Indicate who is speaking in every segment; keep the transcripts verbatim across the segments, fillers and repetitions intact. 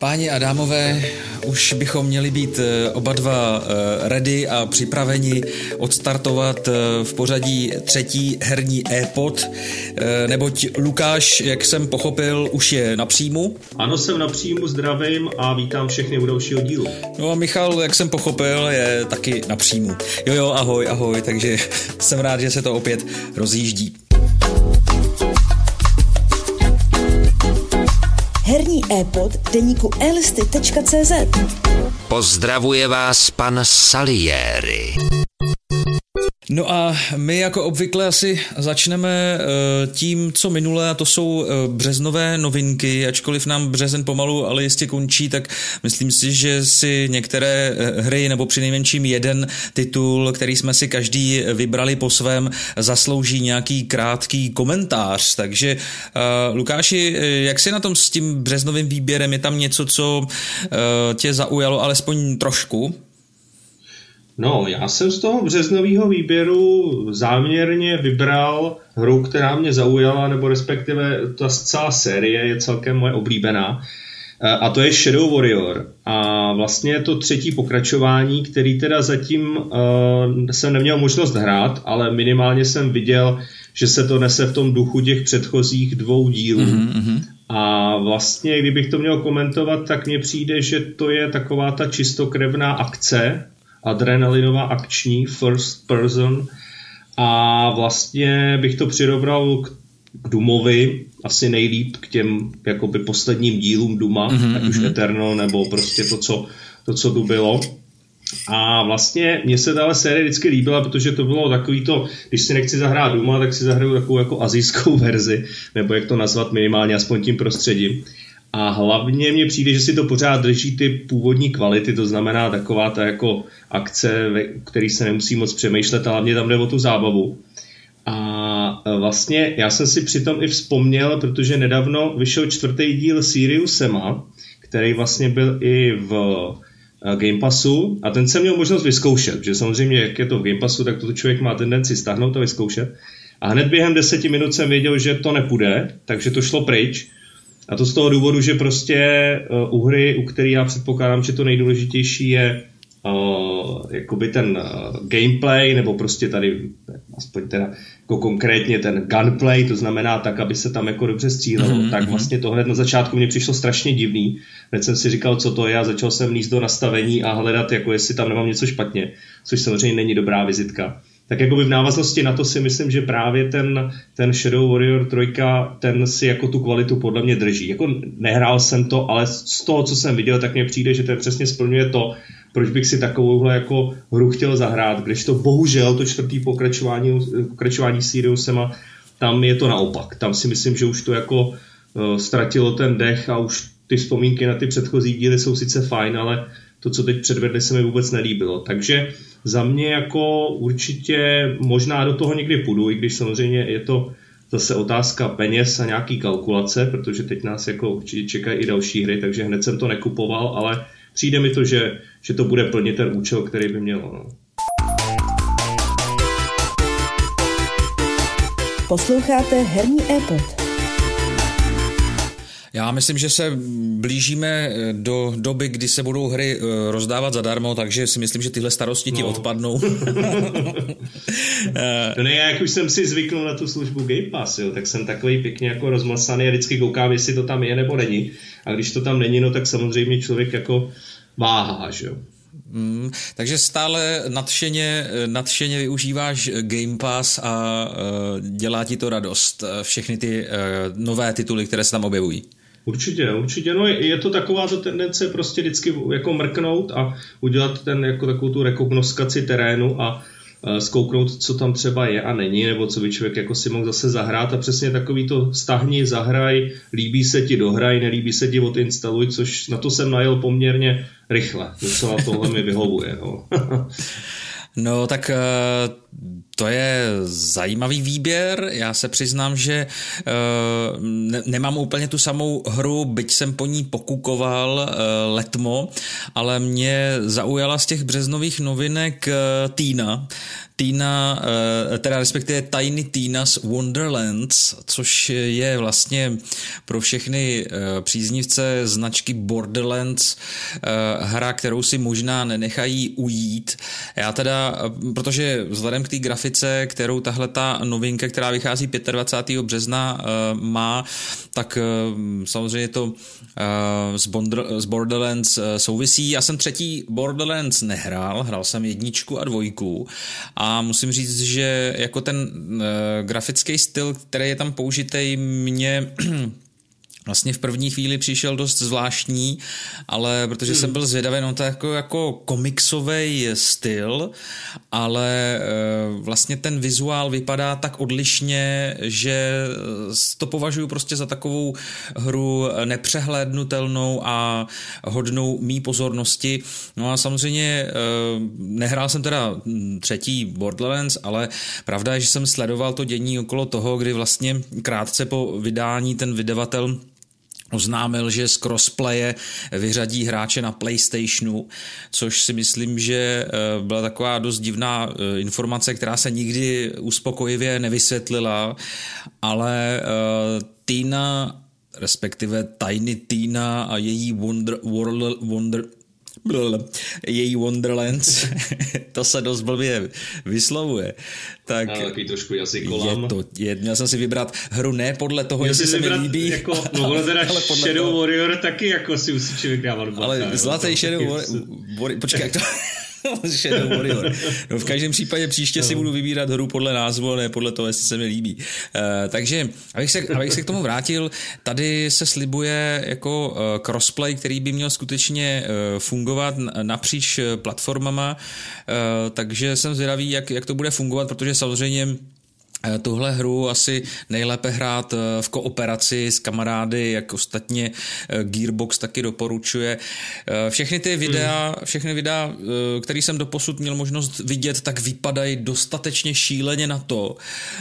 Speaker 1: Páni a dámové, už bychom měli být oba dva ready a připraveni odstartovat v pořadí třetí herní e-pod, neboť Lukáš, jak jsem pochopil, už je na příjmu.
Speaker 2: Ano, jsem na příjmu, zdravím a vítám všechny u dalšího dílu.
Speaker 1: No a Michal, jak jsem pochopil, je taky na příjmu. Jo jo, ahoj, ahoj, takže jsem rád, že se to opět rozjíždí.
Speaker 3: Herní e-pod deníku elisty tečka cé zet.
Speaker 4: Pozdravuje vás pan Salieri.
Speaker 1: No a my jako obvykle asi začneme tím, co minule, a to jsou březnové novinky, ačkoliv nám březen pomalu, ale jistě končí, tak myslím si, že si některé hry nebo přinejmenším jeden titul, který jsme si každý vybrali po svém, zaslouží nějaký krátký komentář. Takže Lukáši, jak jsi na tom s tím březnovým výběrem? Je tam něco, co tě zaujalo alespoň trošku?
Speaker 2: No, já jsem z toho březnového výběru záměrně vybral hru, která mě zaujala, nebo respektive ta celá série je celkem moje oblíbená. A to je Shadow Warrior. A vlastně je to třetí pokračování, který teda zatím uh, jsem neměl možnost hrát, ale minimálně jsem viděl, že se to nese v tom duchu těch předchozích dvou dílů. Mm-hmm. A vlastně, kdybych to měl komentovat, tak mně přijde, že to je taková ta čistokrevná akce, adrenalinová akční first person, a vlastně bych to přirovnal k, k Doomovi asi nejlíp, k těm jakoby posledním dílům Dooma, mm-hmm. ať už Eternal nebo prostě to, co, to, co tu bylo. A vlastně mně se tahle série vždycky líbila, protože to bylo takový to, když si nechci zahrát Dooma, tak si zahraju takovou jako asijskou verzi, nebo jak to nazvat minimálně aspoň tím prostředím. A hlavně mně přijde, že si to pořád drží ty původní kvality, to znamená taková ta jako akce, ve který se nemusí moc přemýšlet, a hlavně tam jde o tu zábavu. A vlastně já jsem si přitom i vzpomněl, protože nedávno vyšel čtvrtý díl Serious Sama, který vlastně byl i v Game Passu, a ten jsem měl možnost vyzkoušet, že samozřejmě jak je to v Game Passu, tak to člověk má tendenci stáhnout a vyzkoušet. A hned během deseti minut jsem věděl, že to nepůjde, takže to šlo pryč. A to z toho důvodu, že prostě uh, u hry, u který já předpokládám, že to nejdůležitější je uh, jakoby ten uh, gameplay, nebo prostě tady aspoň teda jako konkrétně ten gunplay, to znamená tak, aby se tam jako dobře střílelo, mm-hmm. tak vlastně to hned na začátku mě přišlo strašně divný. Hned jsem si říkal, co to je, a začal jsem líst do nastavení a hledat, jako jestli tam nemám něco špatně, což samozřejmě není dobrá vizitka. Tak jakoby v návaznosti na to si myslím, že právě ten, ten Shadow Warrior tři, ten si jako tu kvalitu podle mě drží. Jako nehrál jsem to, ale z toho, co jsem viděl, tak mně přijde, že ten přesně splňuje to, proč bych si takovouhle jako hru chtěl zahrát, když to bohužel to čtvrtý pokračování, pokračování Seriosema, tam je to naopak. Tam si myslím, že už to jako uh, ztratilo ten dech a už ty vzpomínky na ty předchozí díly jsou sice fajn, ale to, co teď předvedli, se mi vůbec nelíbilo. Takže za mě jako určitě možná do toho někdy půjdu, i když samozřejmě je to zase otázka peněz a nějaký kalkulace, protože teď nás jako určitě čekají i další hry, takže hned jsem to nekupoval, ale přijde mi to, že, že to bude plnit ten účel, který by mělo. No.
Speaker 3: Posloucháte Herní e-pod.
Speaker 1: Já myslím, že se blížíme do doby, kdy se budou hry rozdávat zadarmo, takže si myslím, že tyhle starosti ti no. odpadnou.
Speaker 2: No ne, já jak už jsem si zvyknul na tu službu Game Pass, jo, tak jsem takový pěkně jako rozmasaný a vždycky koukám, jestli to tam je nebo není. A když to tam není, no tak samozřejmě člověk jako váhá, že jo.
Speaker 1: Mm, takže stále nadšeně, nadšeně využíváš Game Pass a uh, dělá ti to radost, všechny ty uh, nové tituly, které se tam objevují.
Speaker 2: Určitě, určitě, no je, je to taková to tendence prostě vždycky jako mrknout a udělat ten jako takovou tu rekognoskaci terénu a uh, zkouknout, co tam třeba je a není, nebo co by člověk jako si mohl zase zahrát, a přesně takový to stáhni, zahraj, líbí se ti dohraj, nelíbí se ti odinstaluj, což na to jsem najel poměrně rychle, docela tohle mi vyhovuje. No,
Speaker 1: no tak To je zajímavý výběr, já se přiznám, že uh, ne, nemám úplně tu samou hru, byť jsem po ní pokukoval uh, letmo, ale mě zaujala z těch březnových novinek uh, Tina, Tina, teda respektive Tiny Tina's Wonderlands, což je vlastně pro všechny příznivce značky Borderlands hra, kterou si možná nenechají ujít. Já teda, protože vzhledem k té grafice, kterou tahle ta novinka, která vychází dvacátého pátého března má, tak samozřejmě to s Borderlands souvisí. Já jsem třetí Borderlands nehrál, hrál jsem jedničku a dvojku a musím říct, že jako ten uh, grafický styl, který je tam použitej, mě vlastně v první chvíli přišel dost zvláštní, ale protože hmm. jsem byl zvědavý, no to je jako, jako komiksový styl, ale e, vlastně ten vizuál vypadá tak odlišně, že to považuji prostě za takovou hru nepřehlédnutelnou a hodnou mý pozornosti. No a samozřejmě e, nehrál jsem teda třetí Borderlands, ale pravda je, že jsem sledoval to dění okolo toho, kdy vlastně krátce po vydání ten vydavatel oznámil, že z crossplaye vyřadí hráče na PlayStationu, což si myslím, že byla taková dost divná informace, která se nikdy uspokojivě nevysvětlila, ale Tina, respektive Tiny Tina a její Wonder, Wonder, Wonder její Wonderlands, to se dost blbě vyslovuje. Tak
Speaker 2: a takový trošku jazykolam.
Speaker 1: Je to, je, měl jsem si vybrat hru ne podle toho, měl jestli se mi líbí.
Speaker 2: Jako, no ale teda ale Shadow toho, Warrior taky jako si musí člověk dávat.
Speaker 1: Ale zlatý Shadow Warrior, počkej, jak to... Shadow Warrior. No, v každém případě příště si budu vybírat hru podle názvu, a ne podle toho, jestli se mi líbí. Uh, takže, abych se, abych se k tomu vrátil, tady se slibuje jako uh, crossplay, který by měl skutečně uh, fungovat napříč platformama, uh, takže jsem zvědavý, jak, jak to bude fungovat, protože samozřejmě tuhle hru asi nejlépe hrát v kooperaci s kamarády, jak ostatně Gearbox taky doporučuje. Všechny ty videa, všechny videa, které jsem doposud měl možnost vidět, tak vypadají dostatečně šíleně na to,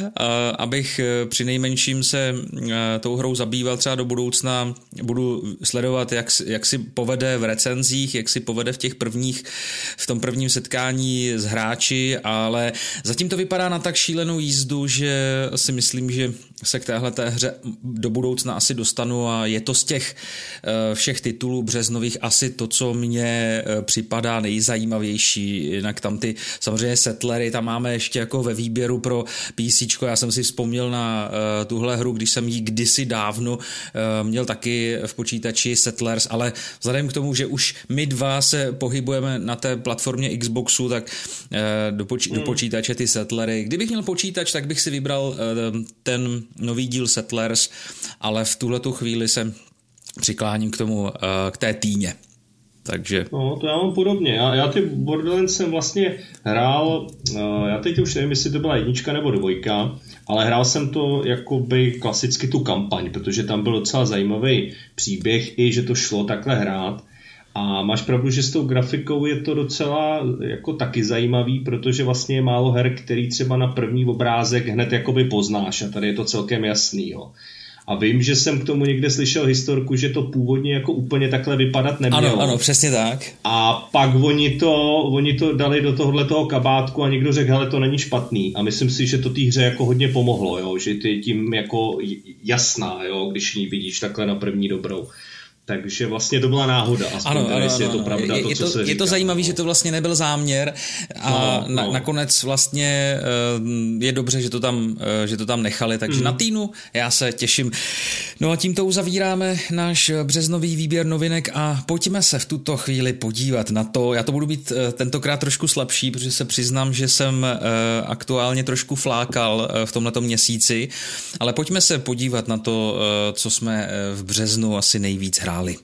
Speaker 1: abych při nejmenším se tou hrou zabýval třeba do budoucna. Budu sledovat, jak, jak si povede v recenzích, jak si povede v těch prvních, v tom prvním setkání s hráči, ale zatím to vypadá na tak šílenou jízdu, že si myslím, že se k téhleté hře do budoucna asi dostanu a je to z těch všech titulů březnových asi to, co mě připadá nejzajímavější. Jinak tam ty samozřejmě Settlery, tam máme ještě jako ve výběru pro PCčko. Já jsem si vzpomněl na tuhle hru, když jsem ji kdysi dávno měl taky v počítači Settlers, ale vzhledem k tomu, že už my dva se pohybujeme na té platformě Xboxu, tak do, poč- mm. do počítače ty Settlery. Kdybych měl počítač, tak bych si vybral ten nový díl Settlers, ale v tuhletu chvíli se přikláním k tomu, k té Týně. Takže... No,
Speaker 2: to já mám podobně. Já, já ty Borderlands jsem vlastně hrál, já teď už nevím, jestli to byla jednička nebo dvojka, ale hrál jsem to jakoby klasicky tu kampaň, protože tam byl docela zajímavý příběh i, že to šlo takhle hrát. A máš pravdu, že s tou grafikou je to docela jako taky zajímavý, protože vlastně je málo her, který třeba na první obrázek hned jakoby poznáš a tady je to celkem jasný. Jo. A vím, že jsem k tomu někde slyšel historku, že to původně jako úplně takhle vypadat nemělo.
Speaker 1: Ano, ano, přesně tak.
Speaker 2: A pak oni to, oni to dali do tohohletoho kabátku a někdo řekl, hele, to není špatný. A myslím si, že to té hře jako hodně pomohlo, jo, že ty tím jako jasná, jo, když ji vidíš takhle na první dobrou. Takže vlastně to byla náhoda. Aspoň
Speaker 1: ano,
Speaker 2: teda,
Speaker 1: ano,
Speaker 2: jestli
Speaker 1: ano,
Speaker 2: je to pravda,
Speaker 1: je,
Speaker 2: to,
Speaker 1: je
Speaker 2: co
Speaker 1: to,
Speaker 2: se
Speaker 1: je
Speaker 2: říká.
Speaker 1: to zajímavé,
Speaker 2: no.
Speaker 1: že to vlastně nebyl záměr a
Speaker 2: no,
Speaker 1: na,
Speaker 2: no.
Speaker 1: nakonec vlastně je dobře, že to tam, že to tam nechali, takže mm. na Týnu já se těším. No a tímto uzavíráme náš březnový výběr novinek a pojďme se v tuto chvíli podívat na to. Já to budu být tentokrát trošku slabší, protože se přiznám, že jsem aktuálně trošku flákal v tomhleto měsíci, ale pojďme se podívat na to, co jsme v březnu asi nejvíc hráli.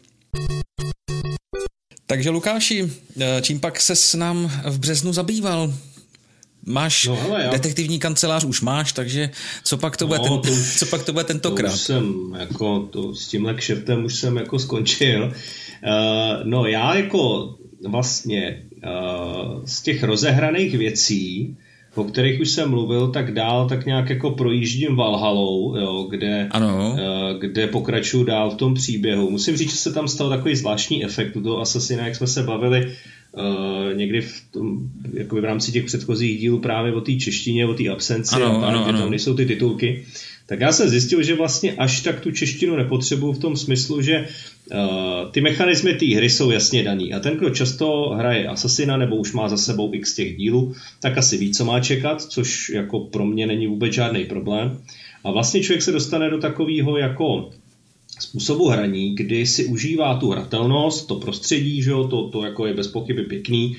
Speaker 1: Takže Lukáši, čím pak ses nám v březnu zabýval? Máš no, hele, já... detektivní kancelář, už máš, takže co pak to, no, bude, ten, to už, co pak to bude tentokrát?
Speaker 2: To už jsem jako, to, s tímhle kšeftem už jsem jako skončil. Uh, no já jako vlastně uh, z těch rozehraných věcí o kterých už jsem mluvil, tak dál tak nějak jako projíždím Valhallou, jo, kde,
Speaker 1: ano.
Speaker 2: kde pokračuju dál v tom příběhu. Musím říct, že se tam stal takový zvláštní efekt u toho Assassina, jak jsme se bavili Uh, někdy v, tom, jakoby v rámci těch předchozích dílů právě o té češtině, o té absenci,
Speaker 1: ano,
Speaker 2: a tak,
Speaker 1: ano, ano.
Speaker 2: tam nejsou ty titulky, tak já jsem zjistil, že vlastně až tak tu češtinu nepotřebuju v tom smyslu, že uh, ty mechanismy té hry jsou jasně daný a ten, kdo často hraje Assassina nebo už má za sebou x těch dílů, tak asi ví, co má čekat, což jako pro mě není vůbec žádný problém. A vlastně člověk se dostane do takového jako způsobu hraní, kdy si užívá tu hratelnost, to prostředí, že jo, to, to jako je bez pochyby pěkný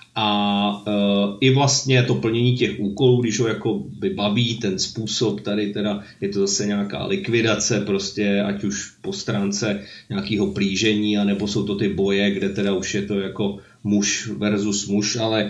Speaker 2: a e, i vlastně to plnění těch úkolů, když ho jako baví ten způsob, tady teda je to zase nějaká likvidace prostě, ať už po stránce nějakého plížení, anebo jsou to ty boje, kde teda už je to jako muž versus muž, ale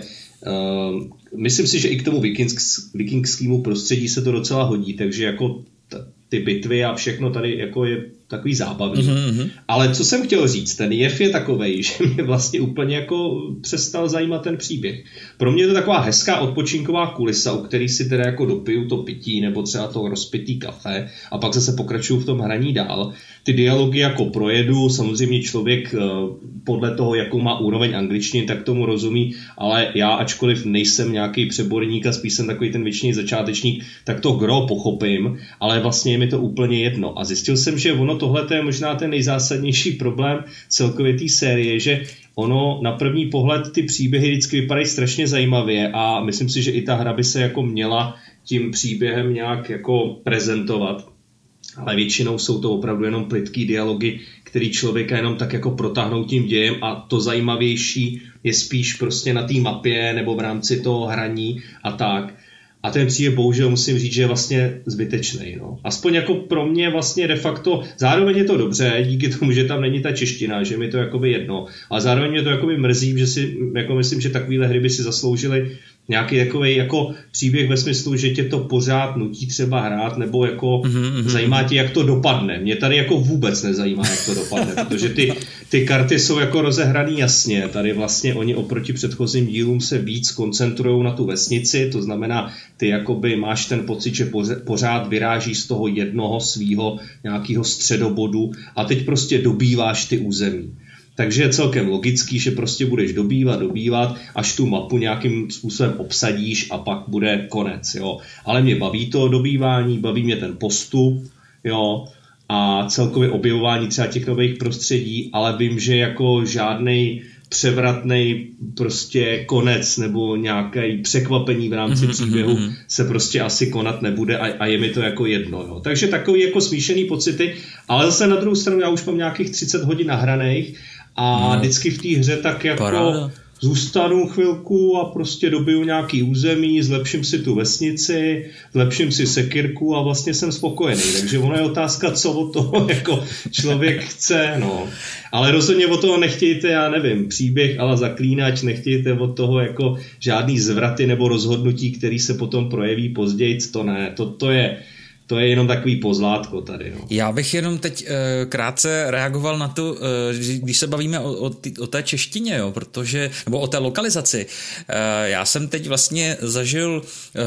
Speaker 2: e, myslím si, že i k tomu vikingskému prostředí se to docela hodí, takže jako t- ty bitvy a všechno tady jako je takový zábavný. Mm-hmm. Ale co jsem chtěl říct, ten jev je takovej, že mě vlastně úplně jako přestal zajímat ten příběh. Pro mě je to taková hezká odpočinková kulisa, u který si teda jako dopiju to pití nebo třeba to rozpitý kafe a pak zase pokračuju v tom hraní dál. Ty dialogy jako projedu, samozřejmě člověk podle toho, jakou má úroveň angličtiny, tak tomu rozumí, ale já, ačkoliv nejsem nějaký přeborník a spíš jsem takový ten věčný začátečník, tak to gro pochopím, ale vlastně je mi to úplně jedno. A zjistil jsem, že ono tohle je možná ten nejzásadnější problém celkově té série, že ono na první pohled ty příběhy vždycky vypadají strašně zajímavě a myslím si, že i ta hra by se jako měla tím příběhem nějak jako prezentovat. Ale většinou jsou to opravdu jenom plytký dialogy, který člověka jenom tak jako protáhnou tím dějem a to zajímavější je spíš prostě na té mapě nebo v rámci toho hraní a tak. A ten příběh bohužel musím říct, že je vlastně zbytečný. No. Aspoň jako pro mě vlastně de facto, zároveň je to dobře, díky tomu, že tam není ta čeština, že mi to jakoby jedno, ale zároveň mě to jakoby mrzí, že si, jako myslím, že takovýhle hry by si zasloužily nějaký takový jako příběh ve smyslu, že tě to pořád nutí třeba hrát, nebo jako mm-hmm. zajímá tě, jak to dopadne. Mě tady jako vůbec nezajímá, jak to dopadne, protože ty, ty karty jsou jako rozehraný jasně. Tady vlastně oni oproti předchozím dílům se víc koncentrují na tu vesnici, to znamená, ty jakoby máš ten pocit, že pořád vyrážíš z toho jednoho svýho nějakého středobodu a teď prostě dobýváš ty území. Takže je celkem logický, že prostě budeš dobývat, dobývat, až tu mapu nějakým způsobem obsadíš a pak bude konec, jo. Ale mě baví to dobývání, baví mě ten postup, jo, a celkově objevování třeba těch nových prostředí, ale vím, že jako žádnej převratnej prostě konec nebo nějaké překvapení v rámci příběhu se prostě asi konat nebude a, a je mi to jako jedno. Jo. Takže takový jako smíšený pocity, ale zase na druhou stranu já už mám nějakých třicet hodin nahraných a no, vždycky v té hře tak jako paráda. Zůstanu chvilku a prostě dobiju nějaký území, zlepším si tu vesnici, zlepším si sekirku a vlastně jsem spokojený. Takže ono je otázka, co od toho jako člověk chce, no. Ale rozhodně od toho nechtějte, já nevím, příběh ala Zaklínač, nechtějte od toho jako žádný zvraty nebo rozhodnutí, který se potom projeví později, to ne, to, to je... To je jenom takový pozlátko tady. No.
Speaker 1: Já bych jenom teď e, krátce reagoval na to, e, když se bavíme o, o, tý, o té češtině, jo, protože, nebo o té lokalizaci. E, já jsem teď vlastně zažil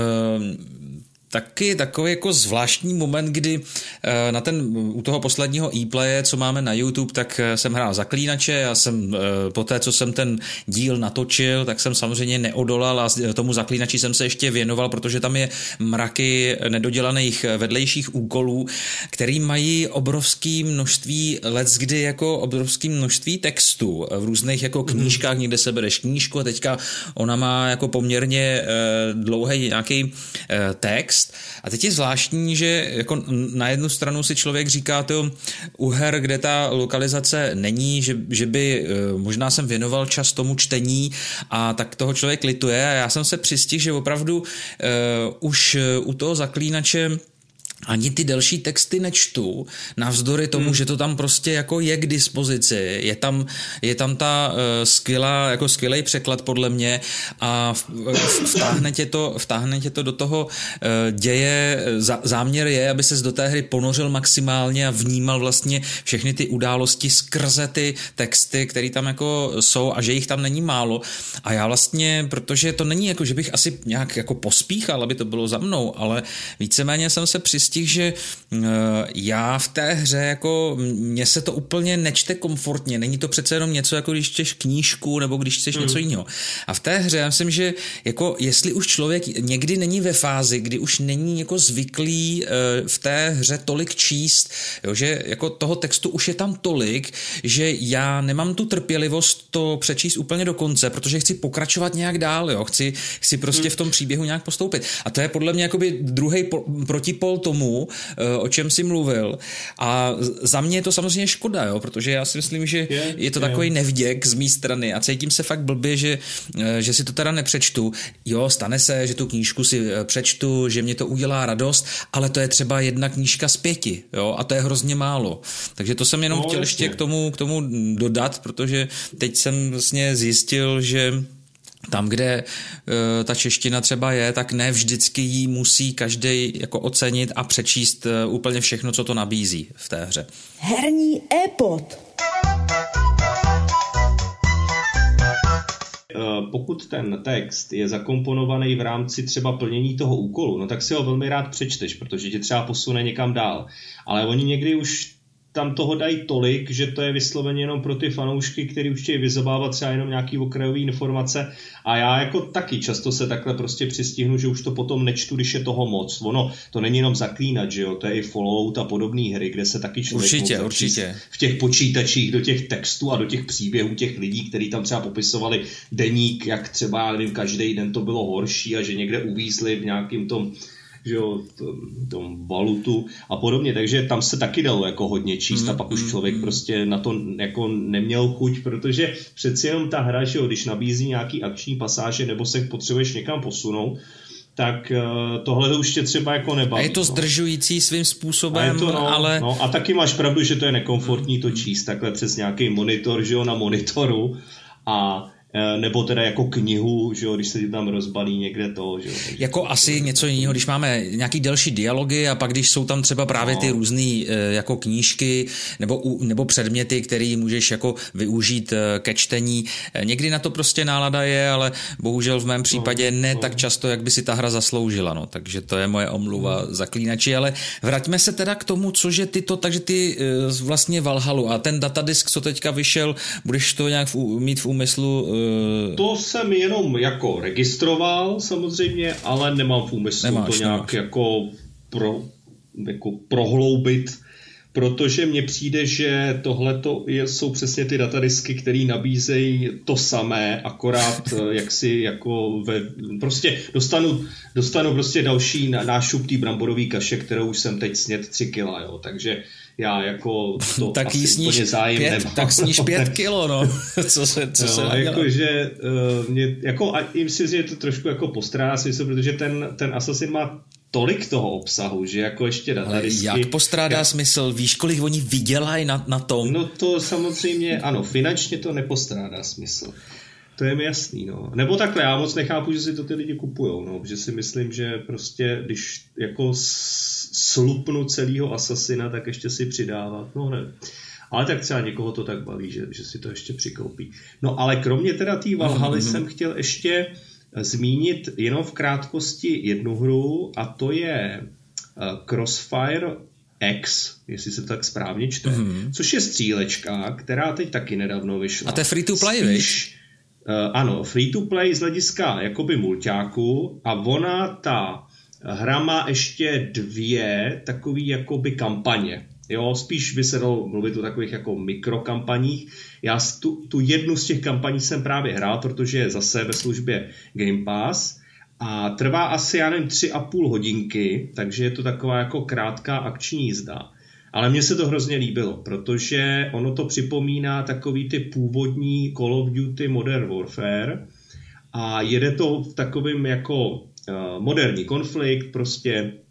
Speaker 1: e, taky takový jako zvláštní moment, kdy na ten, u toho posledního e-playe, co máme na YouTube, tak jsem hrál Zaklínače, já jsem po té, co jsem ten díl natočil, tak jsem samozřejmě neodolal a tomu Zaklínači jsem se ještě věnoval, protože tam je mraky nedodělaných vedlejších úkolů, který mají obrovské množství leckdy jako obrovské množství textu v různých jako knížkách, někde se bereš knížku a teďka ona má jako poměrně dlouhý nějaký text. A teď je zvláštní, že jako na jednu stranu si člověk říká to u her, kde ta lokalizace není, že, že by možná jsem věnoval čas tomu čtení a tak toho člověk lituje a já jsem se přistihl, že opravdu uh, už u toho Zaklínače ani ty delší texty nečtu, navzdory tomu, hmm. že to tam prostě jako je k dispozici. Je tam, je tam ta uh, skvělá, jako skvělej překlad podle mě a vtáhne tě to, vtáhne tě to do toho uh, děje. Zá, záměr je, aby ses do té hry ponořil maximálně a vnímal vlastně všechny ty události skrze ty texty, které tam jako jsou a že jich tam není málo. A já vlastně, protože to není jako, že bych asi nějak jako pospíchal, aby to bylo za mnou, ale víceméně jsem se přistih, že já v té hře jako mně se to úplně nečte komfortně. Není to přece jenom něco, jako když čteš knížku nebo když čteš mm. něco jiného. A v té hře já myslím, že jako jestli už člověk někdy není ve fázi, kdy už není jako zvyklý v té hře tolik číst, jo, že jako toho textu už je tam tolik, že já nemám tu trpělivost to přečíst úplně do konce, protože chci pokračovat nějak dál, jo. Chci, chci prostě mm. v tom příběhu nějak postoupit. A to je podle mě jakoby druhý po, protipol tomu, o čem jsi mluvil. A za mě je to samozřejmě škoda, jo, protože já si myslím, že je, je to je. takový nevděk z mý strany a cítím se fakt blbě, že, že si to teda nepřečtu. Jo, stane se, že tu knížku si přečtu, že mě to udělá radost, ale to je třeba jedna knížka z pěti, jo, a to je hrozně málo. Takže to jsem jenom no, chtěl ještě k tomu, k tomu dodat, protože teď jsem vlastně zjistil, že tam, kde e, ta čeština třeba je, tak ne vždycky jí musí každý jako ocenit a přečíst e, úplně všechno, co to nabízí v té hře.
Speaker 3: Herní e-pod.
Speaker 2: Pokud ten text je zakomponovaný v rámci třeba plnění toho úkolu, no tak si ho velmi rád přečteš, protože tě třeba posune někam dál. Ale oni někdy už tam toho dají tolik, že to je vysloveně jenom pro ty fanoušky, kteří už chtějí vyzobávat třeba jenom nějaký okrajový informace a já jako taky často se takhle prostě přistihnu, že už to potom nečtu, když je toho moc. Ono, to není jenom Zaklínač, že jo, to je i Fallout a podobné hry, kde se taky člověk
Speaker 1: určitě, určitě.
Speaker 2: v těch počítačích do těch textů a do těch příběhů těch lidí, kteří tam třeba popisovali deník, jak třeba, já nevím, každý den to bylo horší a že někde uvízli v nějakým tom že jo, tom valutu a podobně, takže tam se taky dalo jako hodně číst mm, a pak mm, už člověk mm. prostě na to jako neměl chuť, protože přeci jenom ta hra, že jo, když nabízí nějaký akční pasáže nebo se potřebuješ někam posunout, tak uh, tohle to už tě třeba jako nebaví.
Speaker 1: A je to no. zdržující svým způsobem,
Speaker 2: to, no,
Speaker 1: ale...
Speaker 2: No, a taky máš pravdu, že to je nekomfortní to číst takhle přes nějaký monitor, že jo, na monitoru a nebo teda jako knihu, že jo, když se ti tam rozbalí někde to, že jo.
Speaker 1: Jako to, asi to, něco jiného, když máme nějaký delší dialogy a pak když jsou tam třeba právě no. ty různý jako knížky nebo, nebo předměty, které můžeš jako využít ke čtení. Někdy na to prostě nálada je, ale bohužel v mém případě no, ne no. tak často, jak by si ta hra zasloužila, no. Takže to je moje omluva no. Zaklínači, ale vraťme se teda k tomu, cože ty to, takže ty vlastně Valhalu a ten datadisk, co teďka vyšel, budeš to nějak v, mít v úmyslu.
Speaker 2: To jsem jenom jako registroval samozřejmě, ale nemám v úmyslu nemáš, to nějak jako, pro, jako prohloubit, protože mně přijde, že tohleto jsou přesně ty datadisky, které nabízejí to samé, akorát jak si jako ve, prostě dostanu, dostanu prostě další nášup té bramborové kaše, kterou už jsem teď snědl tři kila, jo, takže já jako to
Speaker 1: tak
Speaker 2: asi úplně zájem
Speaker 1: pět,
Speaker 2: nemám.
Speaker 1: Tak sníš pět kilo, no. co se, co
Speaker 2: no,
Speaker 1: se
Speaker 2: jako, že, uh, mě, jako, a myslím, že je to trošku jako postrádá smysl, protože ten, ten Assassin má tolik toho obsahu, že jako ještě datadisky...
Speaker 1: Jak postrádá jak... smysl? Víš, kolik oni vydělají na, na tom?
Speaker 2: No to samozřejmě, ano, finančně to nepostrádá smysl. To je mi jasný, no. Nebo takhle, já moc nechápu, že si to ty lidi kupujou, no. Že si myslím, že prostě, když jako slupnu celýho Assassina, tak ještě si přidávat, no ne. Ale tak třeba někoho to tak baví, že, že si to ještě přikoupí. No ale kromě teda té Valhaly mm-hmm. jsem chtěl ještě zmínit jenom v krátkosti jednu hru a to je Crossfire X, jestli se to tak správně čte, mm-hmm. což je střílečka, která teď taky nedávno vyšla.
Speaker 1: A to je free to play, víš?
Speaker 2: Uh, ano, free to play z hlediska jakoby mulťáku a ona, ta hra má ještě dvě takový jakoby kampaně. Jo, spíš by se dalo mluvit o takových jako mikrokampaních. Já tu, tu jednu z těch kampaní jsem právě hrál, protože je zase ve službě Game Pass a trvá asi, já nevím, tři a půl hodinky, takže je to taková jako krátká akční jízda. Ale mně se to hrozně líbilo, protože ono to připomíná takový ty původní Call of Duty Modern Warfare a jede to v takovým jako uh, moderní konflikt, prostě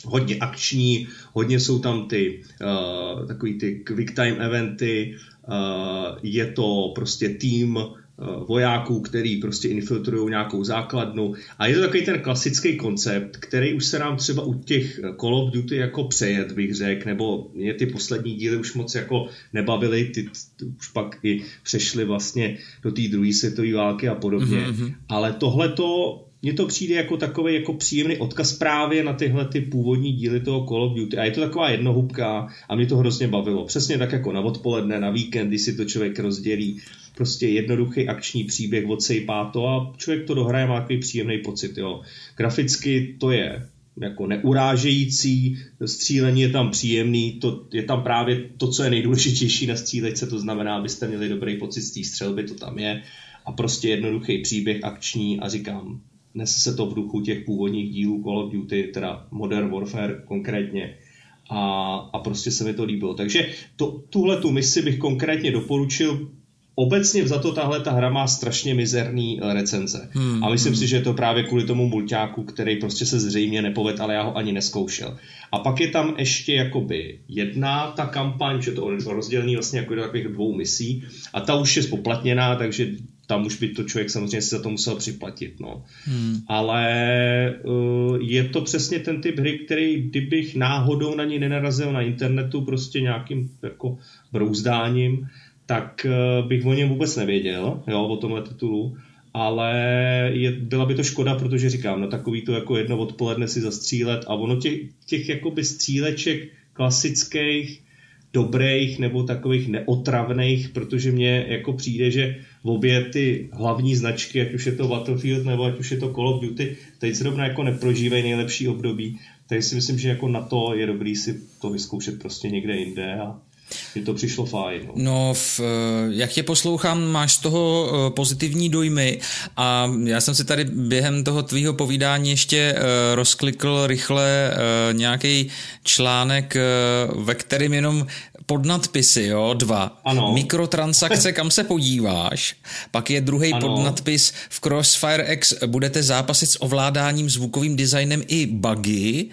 Speaker 2: hodně akční, hodně jsou tam ty uh, takový ty quick time eventy, uh, je to prostě tým vojáků, který prostě infiltrují nějakou základnu a je to takový ten klasický koncept, který už se nám třeba u těch Call of Duty jako přejet, bych řekl, nebo mě ty poslední díly už moc jako nebavily, ty, ty už pak i přešly vlastně do té druhé světové války a podobně, mm-hmm. ale tohleto mně to přijde jako takový jako příjemný odkaz právě na tyhle ty původní díly toho Call of Duty a je to taková jednohubka a mě to hrozně bavilo. Přesně tak jako na odpoledne, na víkend, kdy si to člověk rozdělí, prostě jednoduchý akční příběh, odsejpá to a člověk to dohraje, má takový příjemný pocit. Jo. Graficky to je jako neurážející, střílení je tam příjemný, to je tam právě to, co je nejdůležitější na střílečce, to znamená, abyste měli dobrý pocit z té střelby, to tam je a prostě jednoduchý příběh akční a říkám, nese se to v duchu těch původních dílů Call of Duty, teda Modern Warfare konkrétně. A, a prostě se mi to líbilo. Takže to, tuhle tu misi bych konkrétně doporučil. Obecně vzato tahle ta hra má strašně mizerný recenze. Hmm, a myslím hmm. si, že je to právě kvůli tomu mulťáku, který prostě se zřejmě nepovedl, ale já ho ani neskoušel. A pak je tam ještě jakoby jedna ta kampaň, že to rozdělený vlastně jako do takových dvou misí a ta už je spoplatněná, takže tam už by to člověk samozřejmě si za to musel připlatit. No. Hmm. Ale uh, je to přesně ten typ hry, který kdybych náhodou na ní nenarazil na internetu prostě nějakým jako brouzdáním, tak uh, bych o něm vůbec nevěděl, jo, o tomhle titulu, ale je, byla by to škoda, protože říkám, no takový to jako jedno odpoledne si zastřílet a ono těch, těch jakoby stříleček klasických, dobrých nebo takových neotravných, protože mně jako přijde, že v obě ty hlavní značky, ať už je to Battlefield nebo ať už je to Call of Duty, teď zrovna jako neprožívají nejlepší období, takže si myslím, že jako na to je dobrý si to vyzkoušet prostě někde jinde a mi to přišlo fajn. No,
Speaker 1: no v, jak tě poslouchám, máš z toho pozitivní dojmy a já jsem si tady během toho tvýho povídání ještě rozklikl rychle nějaký článek, ve kterém jenom podnadpisy, jo, dva.
Speaker 2: Ano.
Speaker 1: Mikrotransakce, kam se podíváš. Pak je druhý podnadpis v Crossfire X budete zápasit s ovládáním, zvukovým designem i bugy.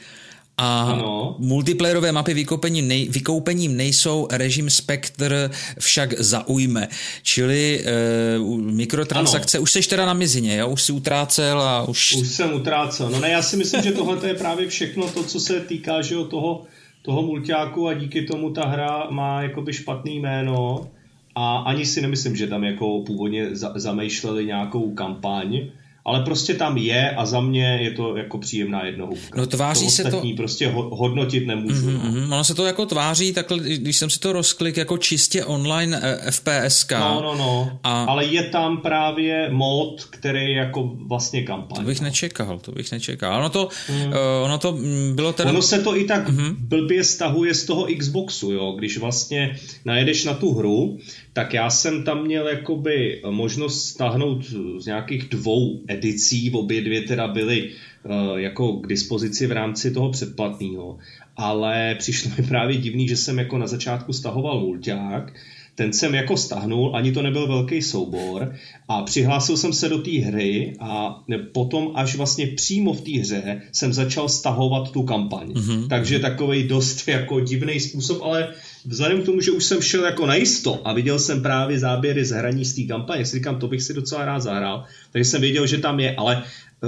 Speaker 1: A ano. Multiplayerové mapy vykoupením, nej, vykoupením nejsou, režim Spectre však zaujme. Čili e, mikrotransakce, ano. Už seš teda na mizině, jo? Už si utrácel a už...
Speaker 2: Už jsem utrácel. No ne, já si myslím, že tohle je právě všechno to, co se týká, že jo, toho, toho mulťáku a díky tomu ta hra má jakoby špatný jméno a ani si nemyslím, že tam jako původně za, zamýšleli nějakou kampaň, ale prostě tam je a za mě je to jako příjemná jednohubka.
Speaker 1: No tváří to se to...
Speaker 2: prostě hodnotit nemůžu.
Speaker 1: Mm-hmm, no. Ono se to jako tváří, takhle, když jsem si to rozklik, jako čistě online F P S ka.
Speaker 2: No, no, no. A... Ale je tam právě mod, který je jako vlastně kampaň.
Speaker 1: To bych nečekal, to bych nečekal. Ono to, mm. uh, ono to bylo teda...
Speaker 2: Ono se to i tak mm-hmm. blbě stahuje z toho Xboxu, jo. Když vlastně najedeš na tu hru, tak já jsem tam měl jakoby možnost stáhnout z nějakých dvou edicí, obě dvě teda byly uh, jako k dispozici v rámci toho předplatného, ale přišlo mi právě divný, že jsem jako na začátku stahoval mulťák, ten jsem jako stahnul, ani to nebyl velký soubor a přihlásil jsem se do té hry a potom až vlastně přímo v té hře jsem začal stahovat tu kampaň. Mm-hmm. Takže takovej dost jako divný způsob, ale vzhledem k tomu, že už jsem šel jako najisto a viděl jsem právě záběry z hraní z té kampaně, si říkám, to bych si docela rád zahrál, takže jsem věděl, že tam je, ale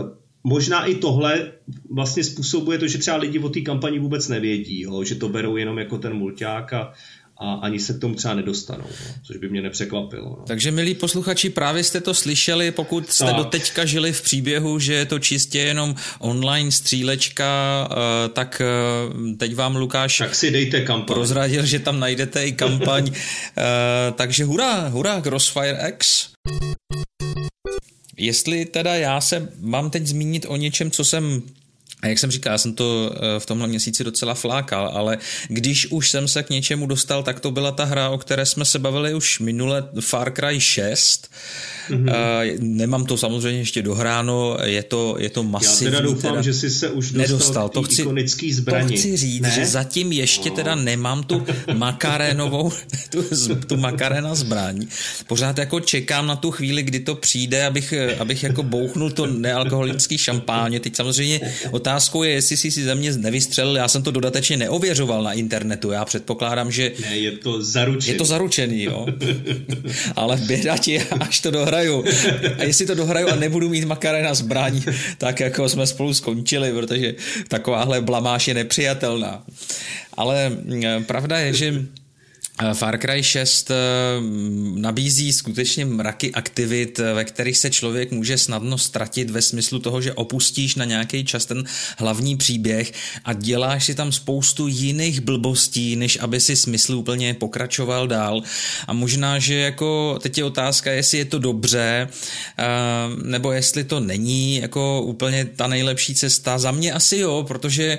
Speaker 2: možná i tohle vlastně způsobuje to, že třeba lidi o té kampani vůbec nevědí, jo? Že to berou jenom jako ten mulťák a a ani se k tomu třeba nedostanou, no, což by mě nepřekvapilo. No.
Speaker 1: Takže milí posluchači, právě jste to slyšeli, pokud jste tak. doteďka žili v příběhu, že je to čistě jenom online střílečka, tak teď vám Lukáš
Speaker 2: tak si dejte kampaň.
Speaker 1: Prozradil, že tam najdete i kampaň. Takže hurá, hurá, Crossfire X. Jestli teda já se mám teď zmínit o něčem, co jsem... A jak jsem říkal, já jsem to v tomhle měsíci docela flákal, ale když už jsem se k něčemu dostal, tak to byla ta hra, o které jsme se bavili už minule, Far Cry šest. Mm-hmm. Uh, nemám to samozřejmě ještě dohráno, je to, je to masivní.
Speaker 2: Já teda doufám, teda, že jsi se už dostal, nedostal
Speaker 1: to chci,
Speaker 2: ikonický zbraní.
Speaker 1: To chci říct, ne? Že zatím ještě teda nemám tu makarénovou, tu, tu makaréna zbraň. Pořád jako čekám na tu chvíli, kdy to přijde, abych, abych jako bouchnul to nealkoholický šampáně. Teď samozřejmě otázka otázkou je, jestli jsi si ze mě nevystřelil, já jsem to dodatečně neověřoval na internetu, já předpokládám, že...
Speaker 2: Ne, je to zaručený.
Speaker 1: Je to zaručený, jo. Ale běda ti, až to dohraju. A jestli to dohraju a nebudu mít Makarena zbraň, tak jako jsme spolu skončili, protože takováhle blamáž je nepřijatelná. Ale pravda je, že Far Cry šest nabízí skutečně mraky aktivit, ve kterých se člověk může snadno ztratit ve smyslu toho, že opustíš na nějaký čas ten hlavní příběh a děláš si tam spoustu jiných blbostí, než aby si smysl úplně pokračoval dál. A možná, že jako teď je otázka, jestli je to dobře, nebo jestli to není jako úplně ta nejlepší cesta. Za mě asi jo, protože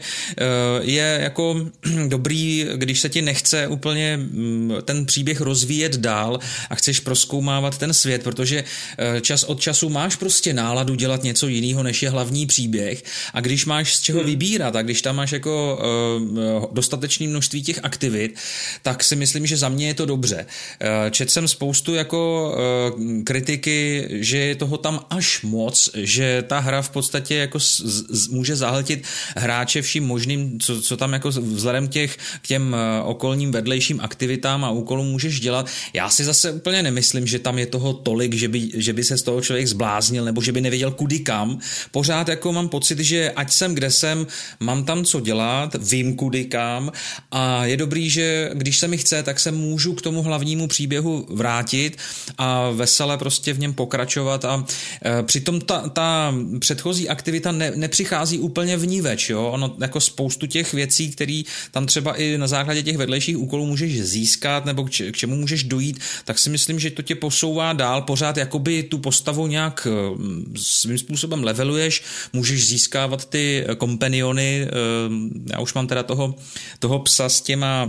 Speaker 1: je jako dobrý, když se ti nechce úplně ten příběh rozvíjet dál a chceš prozkoumávat ten svět, protože čas od času máš prostě náladu dělat něco jiného, než je hlavní příběh, a když máš z čeho vybírat a když tam máš jako uh, dostatečné množství těch aktivit, tak si myslím, že za mě je to dobře. Uh, četl jsem spoustu jako uh, kritiky, že je toho tam až moc, že ta hra v podstatě jako z, z, může zahltit hráče vším možným, co, co tam jako vzhledem těch, k těm uh, okolním vedlejším aktivitám a úkolům můžeš dělat. Já si zase úplně nemyslím, že tam je toho tolik, že by, že by se z toho člověk zbláznil nebo že by nevěděl kudy kam. Pořád jako mám pocit, že ať jsem kde jsem, mám tam co dělat, vím kudy kam a je dobrý, že když se mi chce, tak se můžu k tomu hlavnímu příběhu vrátit a vesele prostě v něm pokračovat a e, přitom ta, ta předchozí aktivita ne, nepřichází úplně vníveč, jo? Ono jako spoustu těch věcí, které tam třeba i na základě těch vedlejších úkolů můžeš získat nebo k čemu můžeš dojít, tak si myslím, že to tě posouvá dál, pořád jakoby tu postavu nějak svým způsobem leveluješ, můžeš získávat ty kompaniony, já už mám teda toho, toho psa s těma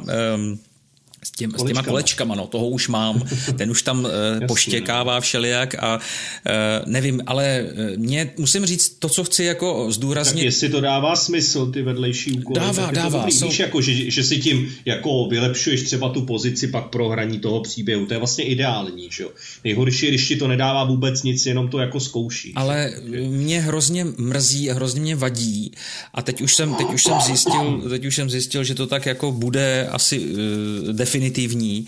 Speaker 1: S, těm, s těma kolečkama, no, toho už mám, ten už tam uh, poštěkává všelijak a uh, nevím, ale mě, musím říct, to, co chci jako zdůraznit...
Speaker 2: Tak jestli to dává smysl, ty vedlejší úkoly,
Speaker 1: dává,
Speaker 2: tak
Speaker 1: dává,
Speaker 2: to dobrý,
Speaker 1: jsou...
Speaker 2: víš, jako, že, že si tím jako vylepšuješ třeba tu pozici pak pro hraní toho příběhu, to je vlastně ideální, že jo. Nejhorší je, když ti to nedává vůbec nic, jenom to jako zkoušíš.
Speaker 1: Ale že? Mě hrozně mrzí a hrozně mě vadí a teď už jsem, teď už jsem zjistil, teď už jsem zjistil, že to tak jako bude asi uh, definitivní,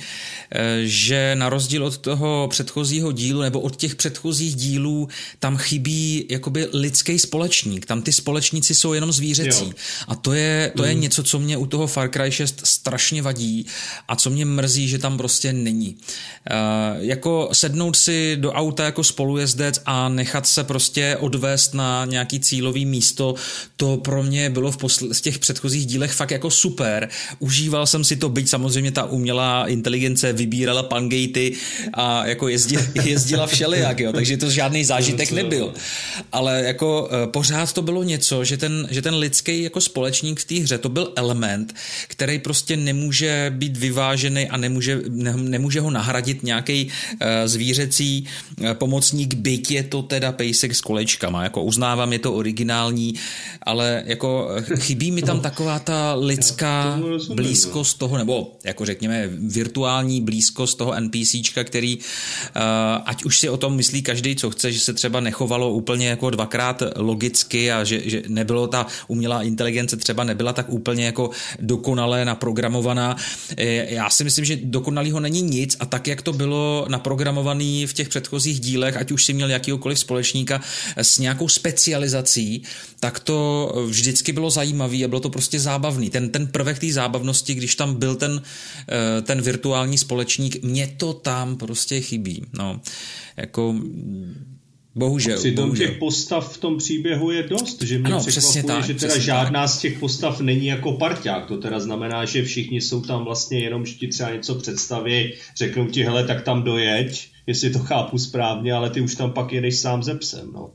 Speaker 1: že na rozdíl od toho předchozího dílu nebo od těch předchozích dílů tam chybí jakoby lidský společník. Tam ty společníci jsou jenom zvířecí. Jo. A to je, to mm. je něco, co mě u toho Far Cry šest strašně vadí a co mě mrzí, že tam prostě není. Uh, jako sednout si do auta jako spolujezdec a nechat se prostě odvést na nějaký cílový místo, to pro mě bylo v, posl- v těch předchozích dílech fakt jako super. Užíval jsem si to, byť samozřejmě ta umělá inteligence vybírala pangejty a jako jezdila, jezdila všelijak, jo, takže to žádný zážitek nebyl. Ale jako pořád to bylo něco, že ten, že ten lidský jako společník v té hře, to byl element, který prostě nemůže být vyvážený a nemůže, ne, nemůže ho nahradit nějaký uh, zvířecí uh, pomocník, byť je to teda pejsek s kolečkama, jako uznávám, je to originální, ale jako chybí mi tam taková ta lidská blízkost toho, nebo jako řekněme virtuální blízkost toho NPCčka, který uh, ať už si o tom myslí každý, co chce, že se třeba nechovalo úplně jako dvakrát logicky a že, že nebylo ta umělá inteligence třeba nebyla tak úplně jako dokonale naprogramovaná. Já si myslím, že dokonalýho není nic a tak, jak to bylo naprogramovaný v těch předchozích dílech, ať už si měl jakýhokoliv společníka s nějakou specializací, tak to vždycky bylo zajímavý a bylo to prostě zábavný. Ten, ten prvek té zábavnosti, když tam byl ten, ten virtuální společník, mě to tam prostě chybí. No, jako... Bohužel,
Speaker 2: Přitom
Speaker 1: bohužel.
Speaker 2: těch postav v tom příběhu je dost, že mě
Speaker 1: ano,
Speaker 2: překvapuje,
Speaker 1: tak,
Speaker 2: že teda žádná tak. z těch postav není jako parťák. To teda znamená, že všichni jsou tam vlastně jenom, že ti třeba něco představí, řeknou ti, hele, tak tam dojeď, jestli to chápu správně, ale ty už tam pak jedeš sám ze psem, no.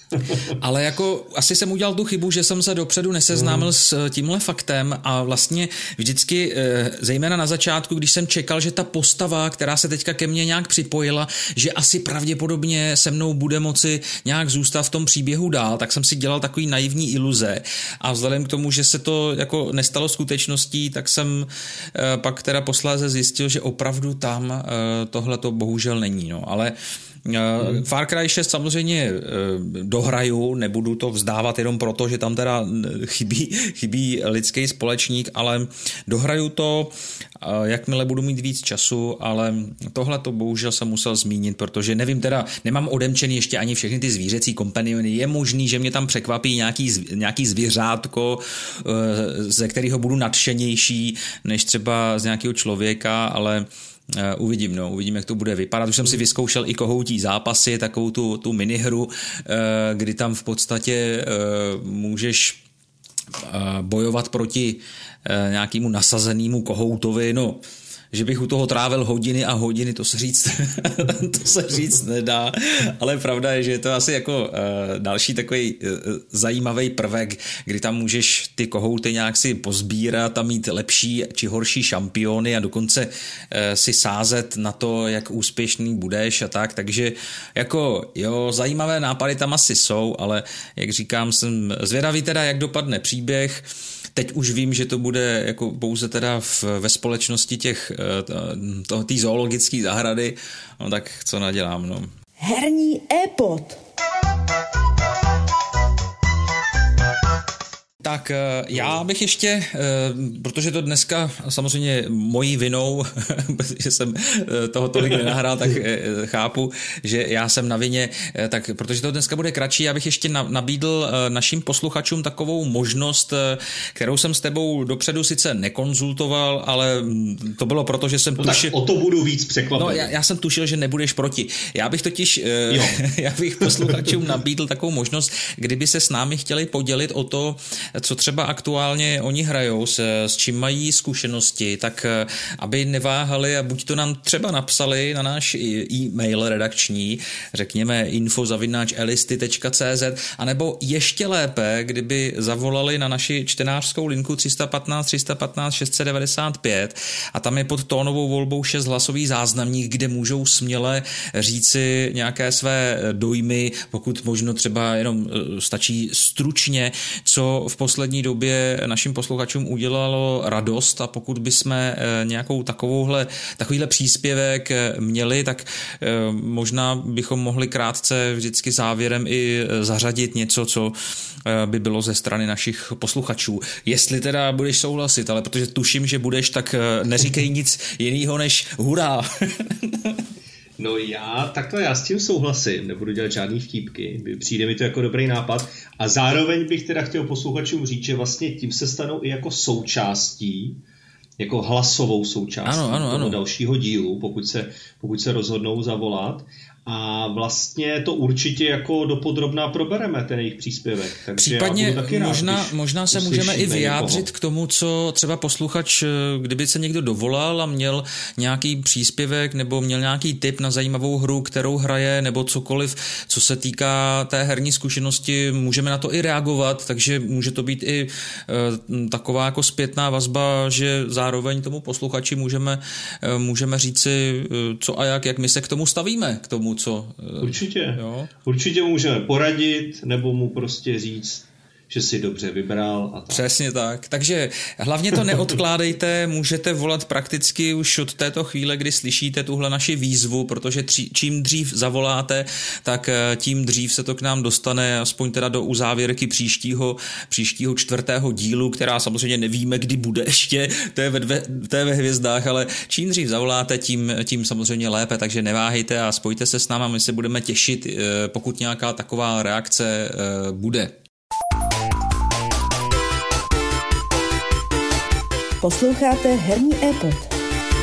Speaker 1: Ale jako asi jsem udělal tu chybu, že jsem se dopředu neseznámil mm. s tímhle faktem a vlastně vždycky, zejména na začátku, když jsem čekal, že ta postava, která se teďka ke mně nějak připojila, že asi pravděpodobně se mnou bude moci nějak zůstat v tom příběhu dál, tak jsem si dělal takový naivní iluze a vzhledem k tomu, že se to jako nestalo skutečností, tak jsem pak teda posléze zjistil, že opravdu tam tohle to bohužel není. zásadní, no, ale Hmm. Far Cry šest samozřejmě dohraju, nebudu to vzdávat jenom proto, že tam teda chybí, chybí lidský společník, ale dohraju to, jakmile budu mít víc času, ale tohle to bohužel jsem musel zmínit, protože nevím teda, nemám odemčený ještě ani všechny ty zvířecí kompaniony, je možný, že mě tam překvapí nějaký, nějaký zvířátko, ze kterého budu nadšenější, než třeba z nějakého člověka, ale Uh, uvidím, no, uvidím, jak to bude vypadat. Už jsem si vyzkoušel i kohoutí zápasy, takovou tu, tu minihru, uh, kdy tam v podstatě uh, můžeš uh, bojovat proti uh, nějakému nasazenému kohoutovi, no, že bych u toho trávil hodiny a hodiny, to se říct, to se říct nedá, ale pravda je, že je to asi jako uh, další takový uh, zajímavý prvek, kdy tam můžeš ty kohouty nějak si pozbírat a mít lepší či horší šampiony a dokonce uh, si sázet na to, jak úspěšný budeš a tak, takže jako jo, zajímavé nápady tam asi jsou, ale jak říkám, jsem zvědavý teda, jak dopadne příběh. Teď už vím, že to bude jako pouze teda v, ve společnosti těch té zoologické zahrady, no tak co nadělám, no.
Speaker 3: Herní e-pod.
Speaker 1: Tak já bych ještě, protože to dneska samozřejmě mojí vinou, že jsem toho tolik nenahrál, tak chápu, že já jsem na vině, tak protože to dneska bude kratší, já bych ještě nabídl našim posluchačům takovou možnost, kterou jsem s tebou dopředu sice nekonzultoval, ale to bylo proto, že jsem
Speaker 2: no
Speaker 1: tušil...
Speaker 2: Tak o to budu víc překvapený.
Speaker 1: No já, já jsem tušil, že nebudeš proti. Já bych totiž, jo. já bych posluchačům nabídl takovou možnost, kdyby se s námi chtěli podělit o to, co třeba aktuálně oni hrajou, s, s čím mají zkušenosti, tak aby neváhali a buď to nám třeba napsali na náš e-mail redakční, řekněme info zavináč elisty tečka cé zet, anebo ještě lépe, kdyby zavolali na naši čtenářskou linku tři jedna pět, tři jedna pět, šest set devadesát pět a tam je pod tónovou volbou šest hlasový záznamník, kde můžou směle říci nějaké své dojmy, pokud možno třeba jenom stačí stručně, co v poslední době našim posluchačům udělalo radost a pokud bychom nějakou takovouhle, takovýhle příspěvek měli, tak možná bychom mohli krátce vždycky závěrem i zařadit něco, co by bylo ze strany našich posluchačů. Jestli teda budeš souhlasit, ale protože tuším, že budeš, tak neříkej nic jiného než hurá.
Speaker 2: No já, takhle já s tím souhlasím, nebudu dělat žádný vtípky, přijde mi to jako dobrý nápad a zároveň bych teda chtěl posluchačům říct, že vlastně tím se stanou i jako součástí, jako hlasovou součástí ano, ano, toho ano. dalšího dílu, pokud se, pokud se rozhodnou zavolat. A vlastně to určitě jako dopodrobná probereme, ten jejich příspěvek. Takže
Speaker 1: případně
Speaker 2: taky
Speaker 1: možná,
Speaker 2: rád,
Speaker 1: možná se můžeme i vyjádřit někoho. K tomu, co třeba posluchač, kdyby se někdo dovolal a měl nějaký příspěvek nebo měl nějaký tip na zajímavou hru, kterou hraje, nebo cokoliv, co se týká té herní zkušenosti, můžeme na to i reagovat, takže může to být i e, taková jako zpětná vazba, že zároveň tomu posluchači můžeme, e, můžeme říci, e, co a jak, jak my se k tomu stavíme, k tomu co.
Speaker 2: Určitě.
Speaker 1: Jo?
Speaker 2: Určitě můžeme poradit, nebo mu prostě říct, že si dobře vybral. A tak.
Speaker 1: Přesně tak. Takže hlavně to neodkládejte, můžete volat prakticky už od této chvíle, kdy slyšíte tuhle naši výzvu, protože tři, čím dřív zavoláte, tak tím dřív se to k nám dostane, aspoň teda do uzávěrky příštího, příštího čtvrtého dílu, která samozřejmě nevíme, kdy bude ještě, to je ve, dve, to je ve hvězdách, ale čím dřív zavoláte, tím, tím samozřejmě lépe, takže neváhejte a spojte se s náma, my se budeme těšit, pokud nějaká taková reakce bude.
Speaker 3: Posloucháte Herní e-pod.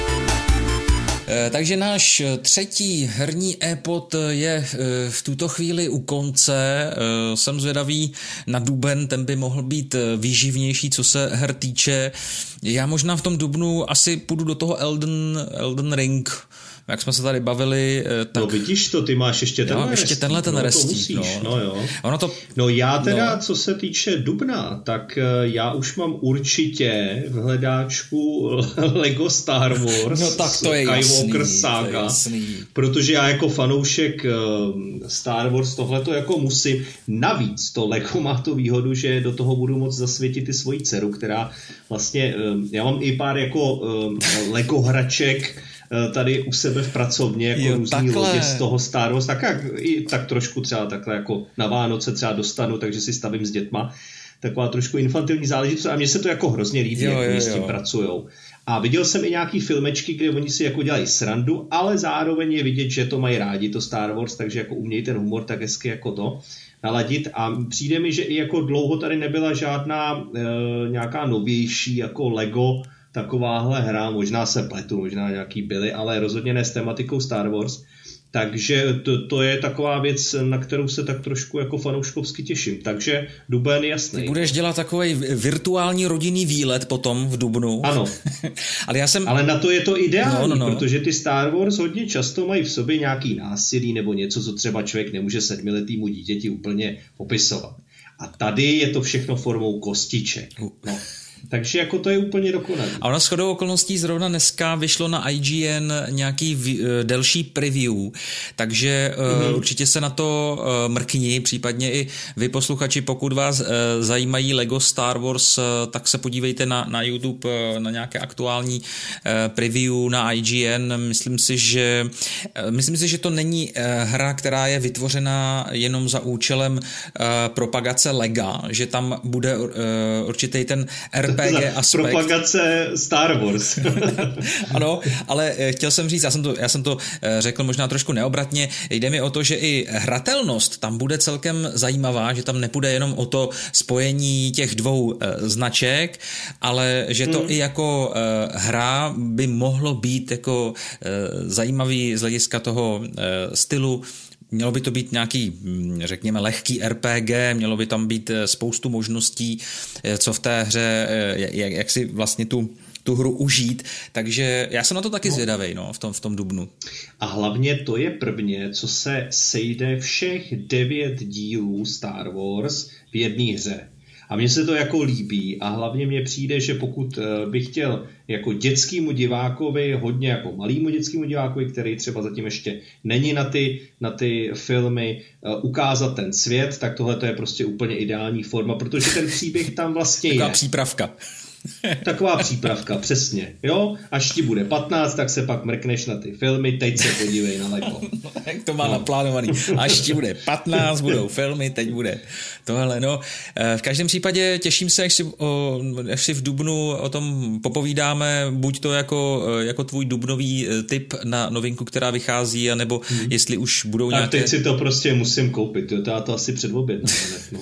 Speaker 1: Takže náš třetí herní e-pod je v tuto chvíli u konce. Jsem zvědavý na duben, ten by mohl být výživnější, co se her týče. Já možná v tom dubnu asi půjdu do toho Elden, Elden Ring, jak jsme se tady bavili. Tak...
Speaker 2: No vidíš to, ty máš ještě tenhle
Speaker 1: já, ještě tenhle ten
Speaker 2: no,
Speaker 1: restík.
Speaker 2: No. no jo.
Speaker 1: Ono to...
Speaker 2: no já teda,
Speaker 1: no.
Speaker 2: co se týče dubna, tak já už mám určitě v hledáčku Lego Star Wars.
Speaker 1: No tak to je
Speaker 2: Skywalker
Speaker 1: jasný,
Speaker 2: Saga,
Speaker 1: to je jasný.
Speaker 2: Protože já jako fanoušek Star Wars tohleto jako musím. Navíc to Lego má tu výhodu, že do toho budu moct zasvětit i svoji dceru, která vlastně, já mám i pár jako Lego hraček tady u sebe v pracovně jako jo, různý takhle. Lodě z toho Star Wars, tak, jak, i, tak trošku třeba takhle jako na Vánoce třeba dostanu, takže si stavím s dětma. Taková trošku infantilní záležitost a mně se to jako hrozně líbí, jo, jak oni s tím pracujou. A viděl jsem i nějaký filmečky, kde oni si jako dělají srandu, ale zároveň je vidět, že to mají rádi, to Star Wars, takže jako umějí ten humor tak hezky jako to naladit. A přijde mi, že i jako dlouho tady nebyla žádná e, nějaká novější jako Lego takováhle hra, možná se pletu, možná nějaký byly, ale rozhodně ne s tematikou Star Wars. Takže to, to je taková věc, na kterou se tak trošku jako fanouškovsky těším. Takže duben jasný.
Speaker 1: Ty budeš dělat takový virtuální rodinný výlet potom v dubnu.
Speaker 2: Ano.
Speaker 1: Ale, já jsem...
Speaker 2: Ale na to je to ideální, no, no, no. Protože ty Star Wars hodně často mají v sobě nějaký násilí nebo něco, co třeba člověk nemůže sedmiletýmu dítěti úplně popisovat. A tady je to všechno formou kostiček. No. Takže jako to je úplně dokonalé.
Speaker 1: A ono shodou okolností zrovna dneska vyšlo na I G N nějaký v, delší preview, takže mm-hmm. uh, určitě se na to uh, mrkni, případně i vy posluchači, pokud vás uh, zajímají Lego Star Wars, uh, tak se podívejte na, na YouTube uh, na nějaké aktuální uh, preview na I G N. Myslím si, že uh, myslím si, že to není uh, hra, která je vytvořena jenom za účelem uh, propagace Lega, že tam bude uh, určitý ten R P G aspekt.
Speaker 2: Propagace Star Wars.
Speaker 1: Ano, ale chtěl jsem říct, já jsem, to, já jsem to řekl možná trošku neobratně, jde mi o to, že i hratelnost tam bude celkem zajímavá, že tam nepůjde jenom o to spojení těch dvou e, značek, ale že to hmm. i jako e, hra by mohlo být jako e, zajímavý z hlediska toho e, stylu. Mělo by to být nějaký, řekněme, lehký R P G, mělo by tam být spoustu možností, co v té hře, jak, jak si vlastně tu, tu hru užít, takže já jsem na to taky zvědavej, no, v tom, v tom dubnu.
Speaker 2: A hlavně to je prvně, co se sejde všech devět dílů Star Wars v jedné hře. A mně se to jako líbí a hlavně mně přijde, že pokud bych chtěl jako dětskému divákovi, hodně jako malýmu dětskému divákovi, který třeba zatím ještě není na ty, na ty filmy, ukázat ten svět, tak tohle to je prostě úplně ideální forma, protože ten příběh tam vlastně
Speaker 1: Taková
Speaker 2: je.
Speaker 1: přípravka.
Speaker 2: Taková přípravka, přesně. Jo, až ti bude patnáct, tak se pak mrkneš na ty filmy, teď se podívej na Lego.
Speaker 1: Jak to má no. naplánovaný. Až ti bude patnáct, budou filmy, teď bude tohle. No, v každém případě těším se, až si, o, až si v dubnu o tom popovídáme, buď to jako, jako tvůj dubnový tip na novinku, která vychází, anebo hmm. jestli už budou nějaké...
Speaker 2: A teď si to prostě musím koupit, jo, to já to asi předobědnám. No.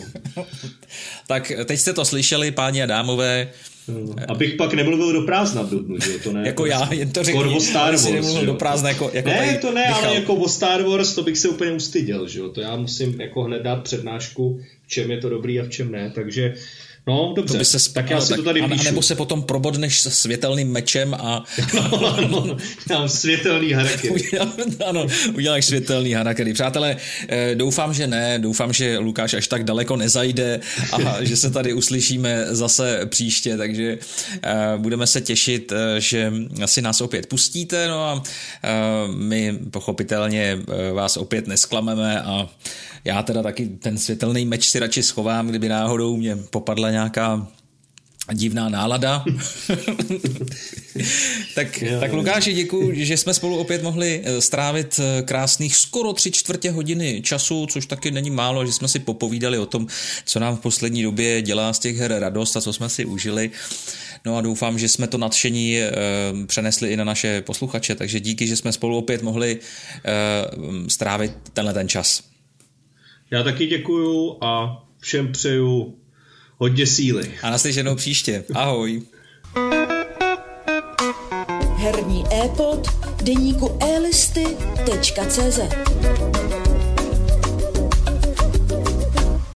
Speaker 1: Tak teď jste to slyšeli, páni a dámové.
Speaker 2: Abych pak nemluvil do prázdna v dubnu, že to ne?
Speaker 1: Jako já, jen to řekni,
Speaker 2: o Star Wars,
Speaker 1: nemluvil do prázdna jako, jako
Speaker 2: Ne, to ne, Michal. Ale jako o Star Wars to bych se úplně ustyděl, že jo? To já musím jako hned dát přednášku, v čem je to dobrý a v čem ne, takže no, dobře, to by se tak já si tak, to tady píšu. A nebo se potom probodneš s světelným mečem a... Ano, tam světelný harakiri.
Speaker 1: Ano, uděláš světelný harakiri. Přátelé, doufám, že ne, doufám, že Lukáš až tak daleko nezajde a že se tady uslyšíme zase příště, takže budeme se těšit, že si nás opět pustíte, no a my pochopitelně vás opět nesklameme a já teda taky ten světelný meč si radši schovám, kdyby náhodou mě popadla nějaká divná nálada. tak, jo, tak Lukáši, děkuju, že jsme spolu opět mohli strávit krásných skoro tři čtvrtě hodiny času, což taky není málo, že jsme si popovídali o tom, co nám v poslední době dělá z těch her radost a co jsme si užili. No a doufám, že jsme to nadšení e, přenesli i na naše posluchače, takže díky, že jsme spolu opět mohli e, strávit tenhle ten čas.
Speaker 2: Já taky děkuju a všem přeju hodně síly.
Speaker 1: A naslyšenou příště. Ahoj.
Speaker 3: Herní e-pod deníku e listy tečka cé zet